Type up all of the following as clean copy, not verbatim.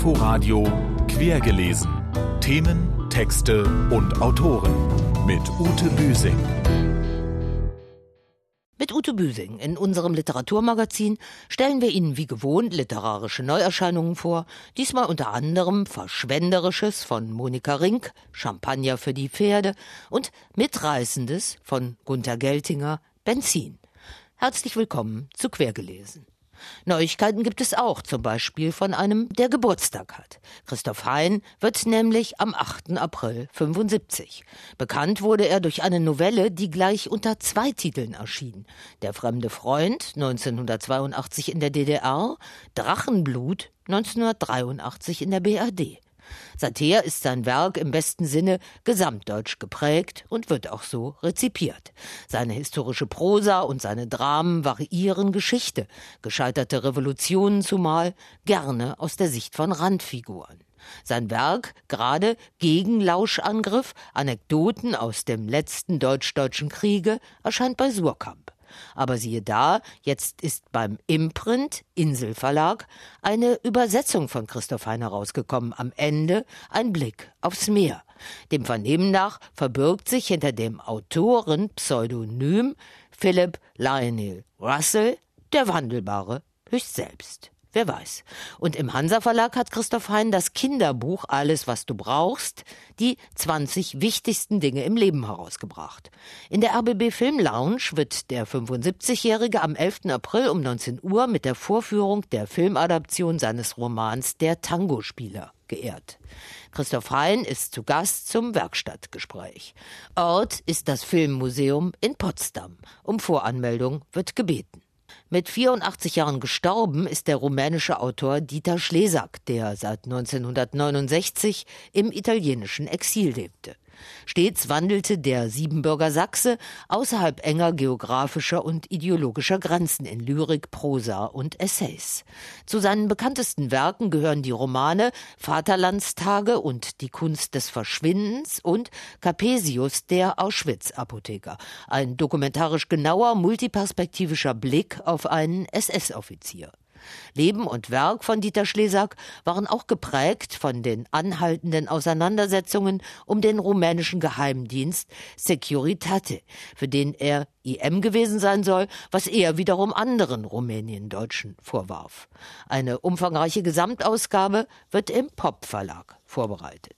Inforadio Quergelesen. Themen, Texte und Autoren mit Ute Büsing. Mit Ute Büsing in unserem Literaturmagazin stellen wir Ihnen wie gewohnt literarische Neuerscheinungen vor. Diesmal unter anderem Verschwenderisches von Monika Rink, Champagner für die Pferde und Mitreißendes von Gunther Geltinger, Benzin. Herzlich willkommen zu Quergelesen. Neuigkeiten gibt es auch, zum Beispiel von einem, der Geburtstag hat. Christoph Hein wird nämlich am 8. April 75. Bekannt wurde er durch eine Novelle, die gleich unter 2 Titeln erschien. Der fremde Freund, 1982 in der DDR, Drachenblut, 1983 in der BRD. Seither ist sein Werk im besten Sinne gesamtdeutsch geprägt und wird auch so rezipiert. Seine historische Prosa und seine Dramen variieren Geschichte, gescheiterte Revolutionen zumal, gerne aus der Sicht von Randfiguren. Sein Werk, gerade Gegenlauschangriff, Anekdoten aus dem letzten deutsch-deutschen Kriege, erscheint bei Suhrkamp. Aber siehe da, jetzt ist beim Imprint, Insel Verlag, eine Übersetzung von Christoph Hein herausgekommen. Am Ende ein Blick aufs Meer. Dem Vernehmen nach verbirgt sich hinter dem Autorenpseudonym Philip Lionel Russell der Wandelbare höchst selbst. Wer weiß. Und im Hansa Verlag hat Christoph Hein das Kinderbuch Alles, was du brauchst, die 20 wichtigsten Dinge im Leben herausgebracht. In der RBB Film Lounge wird der 75-Jährige am 11. April um 19 Uhr mit der Vorführung der Filmadaption seines Romans Der Tangospieler geehrt. Christoph Hein ist zu Gast zum Werkstattgespräch. Ort ist das Filmmuseum in Potsdam. Um Voranmeldung wird gebeten. Mit 84 Jahren gestorben ist der rumänische Autor Dieter Schlesak, der seit 1969 im italienischen Exil lebte. Stets wandelte der Siebenbürger Sachse außerhalb enger geografischer und ideologischer Grenzen in Lyrik, Prosa und Essays. Zu seinen bekanntesten Werken gehören die Romane Vaterlandstage und Die Kunst des Verschwindens und Capesius, der Auschwitz-Apotheker, ein dokumentarisch genauer, multiperspektivischer Blick auf einen SS-Offizier. Leben und Werk von Dieter Schlesak waren auch geprägt von den anhaltenden Auseinandersetzungen um den rumänischen Geheimdienst Securitate, für den er IM gewesen sein soll, was er wiederum anderen Rumäniendeutschen vorwarf. Eine umfangreiche Gesamtausgabe wird im Pop-Verlag vorbereitet.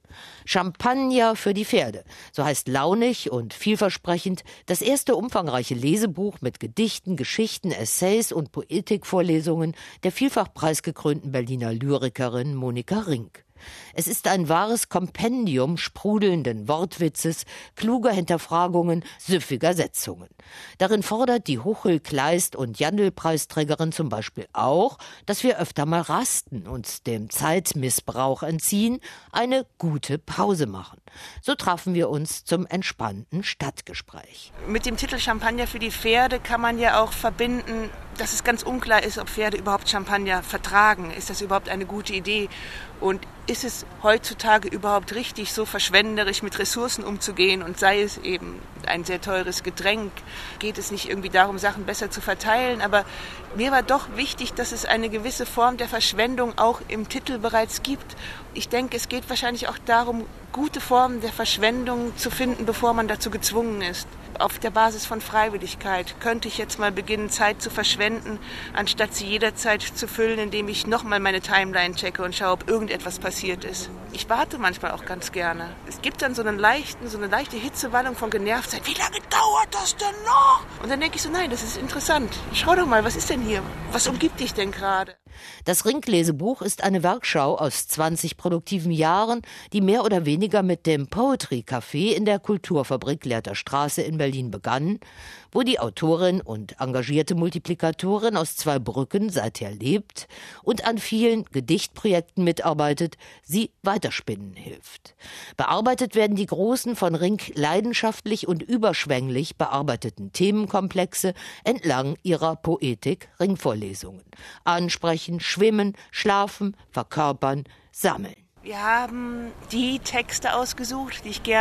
Champagner für die Pferde, so heißt launig und vielversprechend das erste umfangreiche Lesebuch mit Gedichten, Geschichten, Essays und Poetikvorlesungen der vielfach preisgekrönten Berliner Lyrikerin Monika Rink. Es ist ein wahres Kompendium sprudelnden Wortwitzes, kluger Hinterfragungen, süffiger Setzungen. Darin fordert die Hochel-Kleist- und Jandl-Preisträgerin zum Beispiel auch, dass wir öfter mal rasten, uns dem Zeitmissbrauch entziehen, eine gute Pause machen. So trafen wir uns zum entspannten Stadtgespräch. Mit dem Titel Champagner für die Pferde kann man ja auch verbinden, dass es ganz unklar ist, ob Pferde überhaupt Champagner vertragen. Ist das überhaupt eine gute Idee? Und ist es heutzutage überhaupt richtig, so verschwenderisch mit Ressourcen umzugehen? Und sei es eben ein sehr teures Getränk, geht es nicht irgendwie darum, Sachen besser zu verteilen? Aber mir war doch wichtig, dass es eine gewisse Form der Verschwendung auch im Titel bereits gibt. Ich denke, es geht wahrscheinlich auch darum, gute Formen der Verschwendung zu finden, bevor man dazu gezwungen ist. Auf der Basis von Freiwilligkeit könnte ich jetzt mal beginnen, Zeit zu verschwenden, anstatt sie jederzeit zu füllen, indem ich nochmal meine Timeline checke und schaue, ob irgendetwas passiert ist. Ich warte manchmal auch ganz gerne. Es gibt dann so eine leichte Hitzewallung von Genervtheit. Wie lange dauert das denn noch? Und dann denke ich so, nein, das ist interessant. Schau doch mal, was ist denn hier? Was umgibt dich denn gerade? Das Rink-Lesebuch ist eine Werkschau aus 20 produktiven Jahren, die mehr oder weniger mit dem Poetry Café in der Kulturfabrik Lehrter Straße in Berlin begann, wo die Autorin und engagierte Multiplikatorin aus Zweibrücken seither lebt und an vielen Gedichtprojekten mitarbeitet, sie weiterspinnen hilft. Bearbeitet werden die großen von Rink leidenschaftlich und überschwänglich bearbeiteten Themenkomplexe entlang ihrer Poetik-Ringvorlesungen. Ansprechen, schwimmen, schlafen, verkörpern, sammeln. Wir haben die Texte ausgesucht, die ich gerne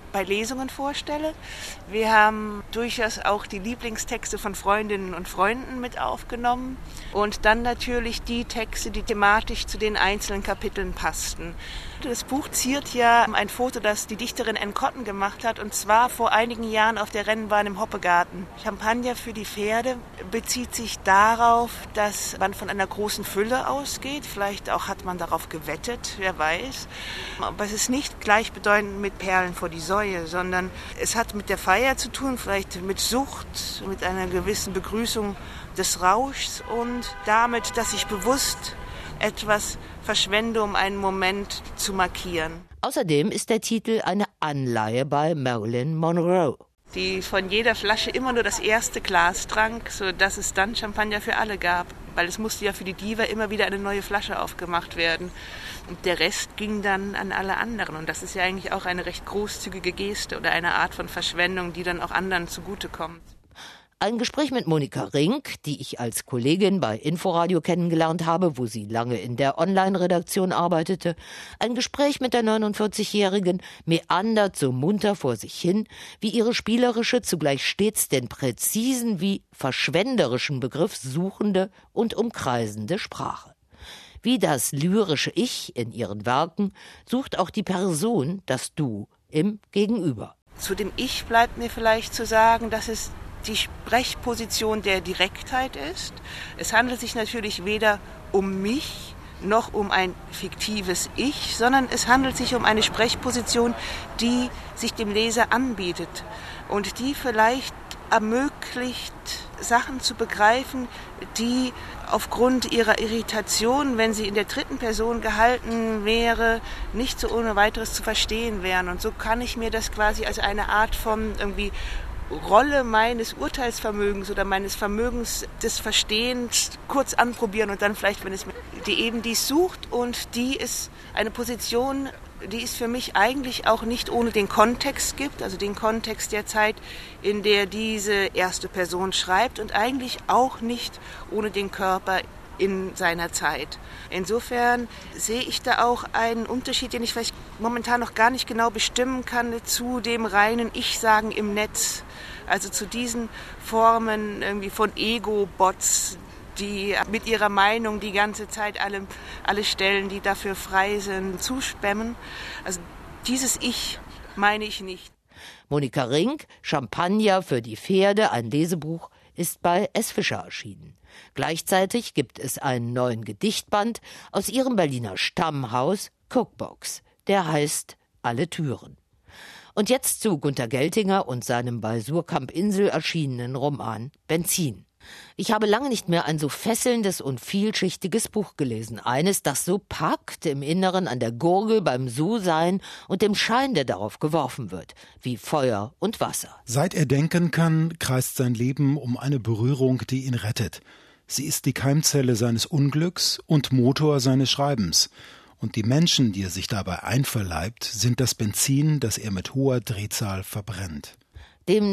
bei Lesungen vorstelle. Wir haben durchaus auch die Lieblingstexte von Freundinnen und Freunden mit aufgenommen und dann natürlich die Texte, die thematisch zu den einzelnen Kapiteln passten. Das Buch ziert ja ein Foto, das die Dichterin Anne Cotton gemacht hat, und zwar vor einigen Jahren auf der Rennbahn im Hoppegarten. Champagner für die Pferde bezieht sich darauf, dass man von einer großen Fülle ausgeht. Vielleicht auch hat man darauf gewettet, wer weiß. Aber es ist nicht gleichbedeutend mit Perlen vor die Säue, sondern es hat mit der Feier zu tun, vielleicht mit Sucht, mit einer gewissen Begrüßung des Rauschs und damit, dass ich bewusst etwas verschwende, um einen Moment zu markieren. Außerdem ist der Titel eine Anleihe bei Marilyn Monroe, die von jeder Flasche immer nur das erste Glas trank, sodass es dann Champagner für alle gab. Weil es musste ja für die Diva immer wieder eine neue Flasche aufgemacht werden. Und der Rest ging dann an alle anderen. Und das ist ja eigentlich auch eine recht großzügige Geste oder eine Art von Verschwendung, die dann auch anderen zugutekommt. Ein Gespräch mit Monika Rink, die ich als Kollegin bei Inforadio kennengelernt habe, wo sie lange in der Online-Redaktion arbeitete. Ein Gespräch mit der 49-Jährigen meandert so munter vor sich hin, wie ihre spielerische, zugleich stets den präzisen wie verschwenderischen Begriff suchende und umkreisende Sprache. Wie das lyrische Ich in ihren Werken sucht auch die Person das Du im Gegenüber. Zu dem Ich bleibt mir vielleicht zu sagen, dass es die Sprechposition der Direktheit ist. Es handelt sich natürlich weder um mich noch um ein fiktives Ich, sondern es handelt sich um eine Sprechposition, die sich dem Leser anbietet und die vielleicht ermöglicht, Sachen zu begreifen, die aufgrund ihrer Irritation, wenn sie in der dritten Person gehalten wäre, nicht so ohne weiteres zu verstehen wären. Und so kann ich mir das quasi als eine Art von irgendwie Rolle meines Urteilsvermögens oder meines Vermögens des Verstehens kurz anprobieren und dann vielleicht, wenn es die eben dies sucht, und die ist eine Position, die es für mich eigentlich auch nicht ohne den Kontext gibt, also den Kontext der Zeit, in der diese erste Person schreibt, und eigentlich auch nicht ohne den Körper in seiner Zeit. Insofern sehe ich da auch einen Unterschied, den ich vielleicht momentan noch gar nicht genau bestimmen kann, zu dem reinen Ich-Sagen im Netz. Also zu diesen Formen irgendwie von Ego-Bots, die mit ihrer Meinung die ganze Zeit alle Stellen, die dafür frei sind, zuspammen. Also dieses Ich meine ich nicht. Monika Rink, Champagner für die Pferde, ein Lesebuch, ist bei S. Fischer erschienen. Gleichzeitig gibt es einen neuen Gedichtband aus ihrem Berliner Stammhaus Cookbox. Der heißt Alle Türen. Und jetzt zu Günter Geltinger und seinem bei Surkamp Insel erschienenen Roman Benzin. Ich habe lange nicht mehr ein so fesselndes und vielschichtiges Buch gelesen. Eines, das so packt im Inneren an der Gurgel beim So-Sein und dem Schein, der darauf geworfen wird, wie Feuer und Wasser. Seit er denken kann, kreist sein Leben um eine Berührung, die ihn rettet. Sie ist die Keimzelle seines Unglücks und Motor seines Schreibens. Und die Menschen, die er sich dabei einverleibt, sind das Benzin, das er mit hoher Drehzahl verbrennt. Dem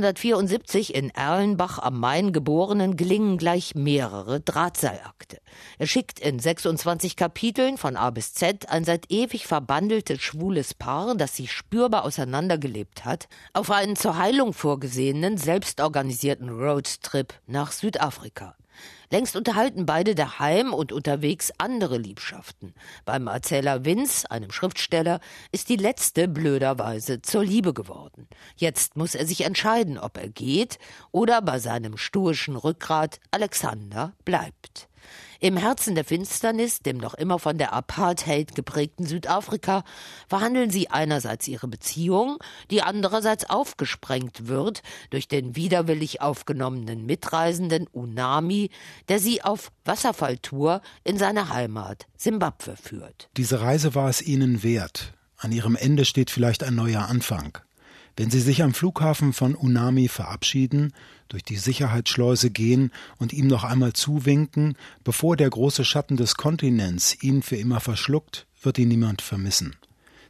1974 in Erlenbach am Main Geborenen gelingen gleich mehrere Drahtseilakte. Er schickt in 26 Kapiteln von A bis Z ein seit ewig verbandeltes schwules Paar, das sich spürbar auseinandergelebt hat, auf einen zur Heilung vorgesehenen, selbstorganisierten Roadtrip nach Südafrika. Längst unterhalten beide daheim und unterwegs andere Liebschaften. Beim Erzähler Vince, einem Schriftsteller, ist die letzte blöderweise zur Liebe geworden. Jetzt muss er sich entscheiden, ob er geht oder bei seinem stoischen Rückgrat Alexander bleibt. Im Herzen der Finsternis, dem noch immer von der Apartheid geprägten Südafrika, verhandeln sie einerseits ihre Beziehung, die andererseits aufgesprengt wird durch den widerwillig aufgenommenen Mitreisenden Unami, der sie auf Wasserfalltour in seine Heimat Simbabwe führt. Diese Reise war es ihnen wert. An ihrem Ende steht vielleicht ein neuer Anfang. Wenn sie sich am Flughafen von Unami verabschieden, durch die Sicherheitsschleuse gehen und ihm noch einmal zuwinken, bevor der große Schatten des Kontinents ihn für immer verschluckt, wird ihn niemand vermissen.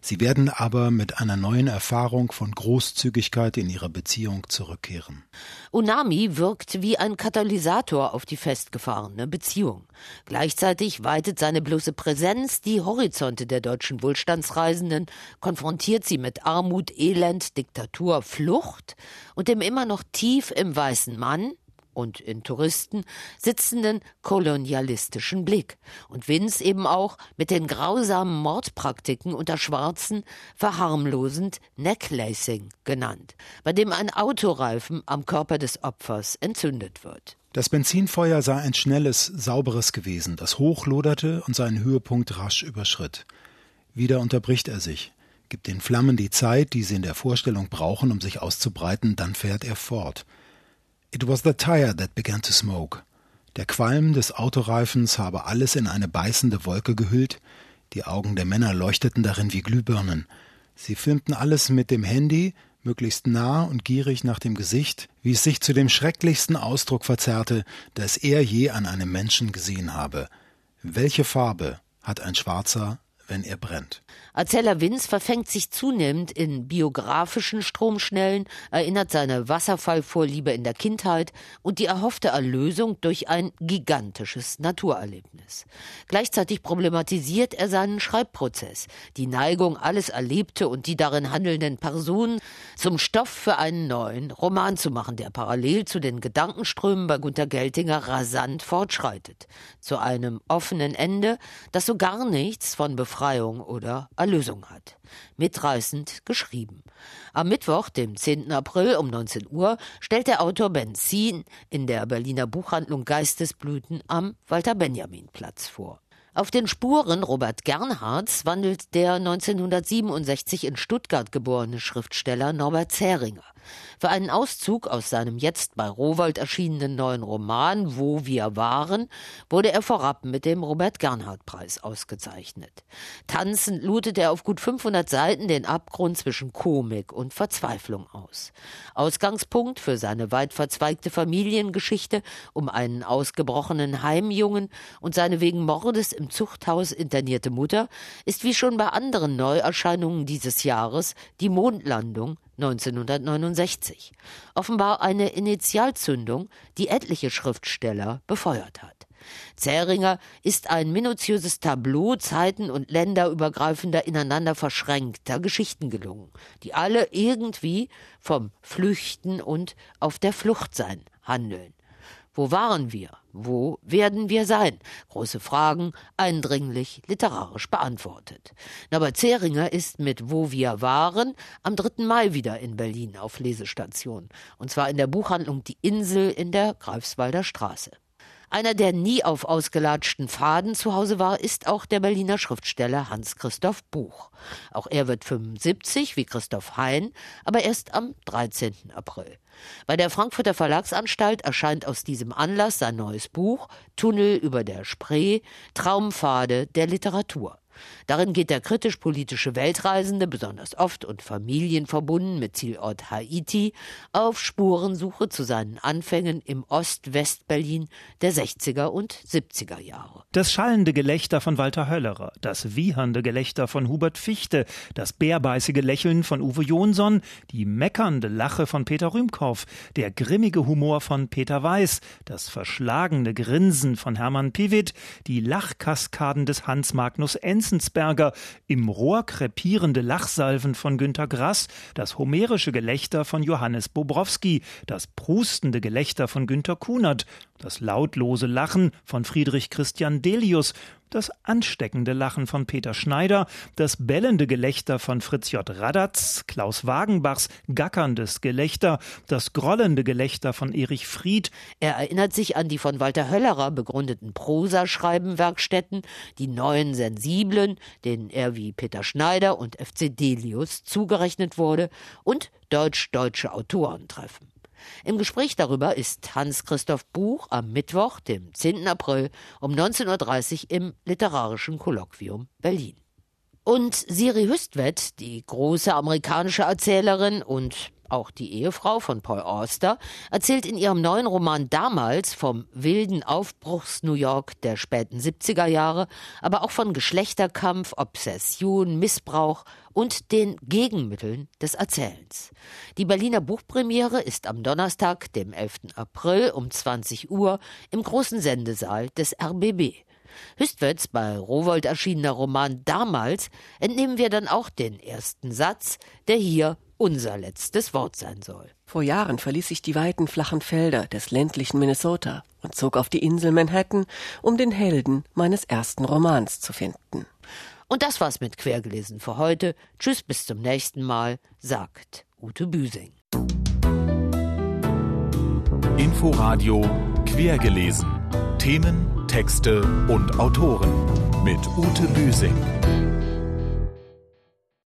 Sie werden aber mit einer neuen Erfahrung von Großzügigkeit in ihre Beziehung zurückkehren. Unami wirkt wie ein Katalysator auf die festgefahrene Beziehung. Gleichzeitig weitet seine bloße Präsenz die Horizonte der deutschen Wohlstandsreisenden, konfrontiert sie mit Armut, Elend, Diktatur, Flucht und dem immer noch tief im weißen Mann und in Touristen sitzenden kolonialistischen Blick. Und Vince eben auch mit den grausamen Mordpraktiken unter Schwarzen verharmlosend Necklacing genannt, bei dem ein Autoreifen am Körper des Opfers entzündet wird. Das Benzinfeuer sei ein schnelles, sauberes gewesen, das hochloderte und seinen Höhepunkt rasch überschritt. Wieder unterbricht er sich, gibt den Flammen die Zeit, die sie in der Vorstellung brauchen, um sich auszubreiten, dann fährt er fort. It was the tire that began to smoke. Der Qualm des Autoreifens habe alles in eine beißende Wolke gehüllt. Die Augen der Männer leuchteten darin wie Glühbirnen. Sie filmten alles mit dem Handy, möglichst nah und gierig nach dem Gesicht, wie es sich zu dem schrecklichsten Ausdruck verzerrte, das er je an einem Menschen gesehen habe. Welche Farbe hat ein Schwarzer, wenn er brennt? Erzähler Vince verfängt sich zunehmend in biografischen Stromschnellen, erinnert seine Wasserfallvorliebe in der Kindheit und die erhoffte Erlösung durch ein gigantisches Naturerlebnis. Gleichzeitig problematisiert er seinen Schreibprozess, die Neigung, alles Erlebte und die darin handelnden Personen zum Stoff für einen neuen Roman zu machen, der parallel zu den Gedankenströmen bei Günter Geltinger rasant fortschreitet, zu einem offenen Ende, das so gar nichts von Befreiung oder Erlösung hat. Mitreißend geschrieben. Am Mittwoch, dem 10. April um 19 Uhr, stellt der Autor Benzin in der Berliner Buchhandlung Geistesblüten am Walter-Benjamin-Platz vor. Auf den Spuren Robert Gernhardts wandelt der 1967 in Stuttgart geborene Schriftsteller Norbert Zähringer. Für einen Auszug aus seinem jetzt bei Rowohlt erschienenen neuen Roman »Wo wir waren« wurde er vorab mit dem Robert-Gernhardt-Preis ausgezeichnet. Tanzend lotet er auf gut 500 Seiten den Abgrund zwischen Komik und Verzweiflung aus. Ausgangspunkt für seine weit verzweigte Familiengeschichte um einen ausgebrochenen Heimjungen und seine wegen Mordes im Zuchthaus internierte Mutter ist wie schon bei anderen Neuerscheinungen dieses Jahres die Mondlandung 1969. Offenbar eine Initialzündung, die etliche Schriftsteller befeuert hat. Zähringer ist ein minutiöses Tableau zeiten- und länderübergreifender, ineinander verschränkter Geschichten gelungen, die alle irgendwie vom Flüchten und auf der Flucht sein handeln. Wo waren wir? Wo werden wir sein? Große Fragen, eindringlich literarisch beantwortet. Norbert Zähringer ist mit Wo wir waren am 3. Mai wieder in Berlin auf Lesestation. Und zwar in der Buchhandlung Die Insel in der Greifswalder Straße. Einer, der nie auf ausgelatschten Pfaden zu Hause war, ist auch der Berliner Schriftsteller Hans-Christoph Buch. Auch er wird 75, wie Christoph Hein, aber erst am 13. April. Bei der Frankfurter Verlagsanstalt erscheint aus diesem Anlass sein neues Buch »Tunnel über der Spree – Traumpfade der Literatur«. Darin geht der kritisch-politische Weltreisende, besonders oft und familienverbunden mit Zielort Haiti, auf Spurensuche zu seinen Anfängen im Ost-West-Berlin der 60er und 70er Jahre. Das schallende Gelächter von Walter Höllerer, das wiehernde Gelächter von Hubert Fichte, das bärbeißige Lächeln von Uwe Jonsson, die meckernde Lache von Peter Rühmkoff, der grimmige Humor von Peter Weiß, das verschlagene Grinsen von Hermann Piwitt, die Lachkaskaden des Hans Magnus Enzensberger, im Rohr krepierende Lachsalven von Günter Grass, das homerische Gelächter von Johannes Bobrowski, das prustende Gelächter von Günter Kunert, das lautlose Lachen von Friedrich Christian Delius, das ansteckende Lachen von Peter Schneider, das bellende Gelächter von Fritz J. Radatz, Klaus Wagenbachs gackerndes Gelächter, das grollende Gelächter von Erich Fried. Er erinnert sich an die von Walter Höllerer begründeten Prosaschreiben-Werkstätten, die neuen Sensiblen, denen er wie Peter Schneider und F.C. Delius zugerechnet wurde, und deutsch-deutsche Autorentreffen. Im Gespräch darüber ist Hans-Christoph Buch am Mittwoch, dem 10. April um 19.30 Uhr im Literarischen Kolloquium Berlin. Und Siri Hüstvedt, die große amerikanische Erzählerin und Auch die Ehefrau von Paul Auster erzählt in ihrem neuen Roman Damals vom wilden Aufbruchs-New York der späten 70er Jahre, aber auch von Geschlechterkampf, Obsession, Missbrauch und den Gegenmitteln des Erzählens. Die Berliner Buchpremiere ist am Donnerstag, dem 11. April um 20 Uhr im großen Sendesaal des RBB. Hüstwärts bei Rowohlt erschienener Roman Damals entnehmen wir dann auch den ersten Satz, der hier unser letztes Wort sein soll. Vor Jahren verließ ich die weiten, flachen Felder des ländlichen Minnesota und zog auf die Insel Manhattan, um den Helden meines ersten Romans zu finden. Und das war's mit Quergelesen für heute. Tschüss, bis zum nächsten Mal, sagt Ute Büsing. Inforadio Quergelesen. Themen, Texte und Autoren mit Ute Büsing.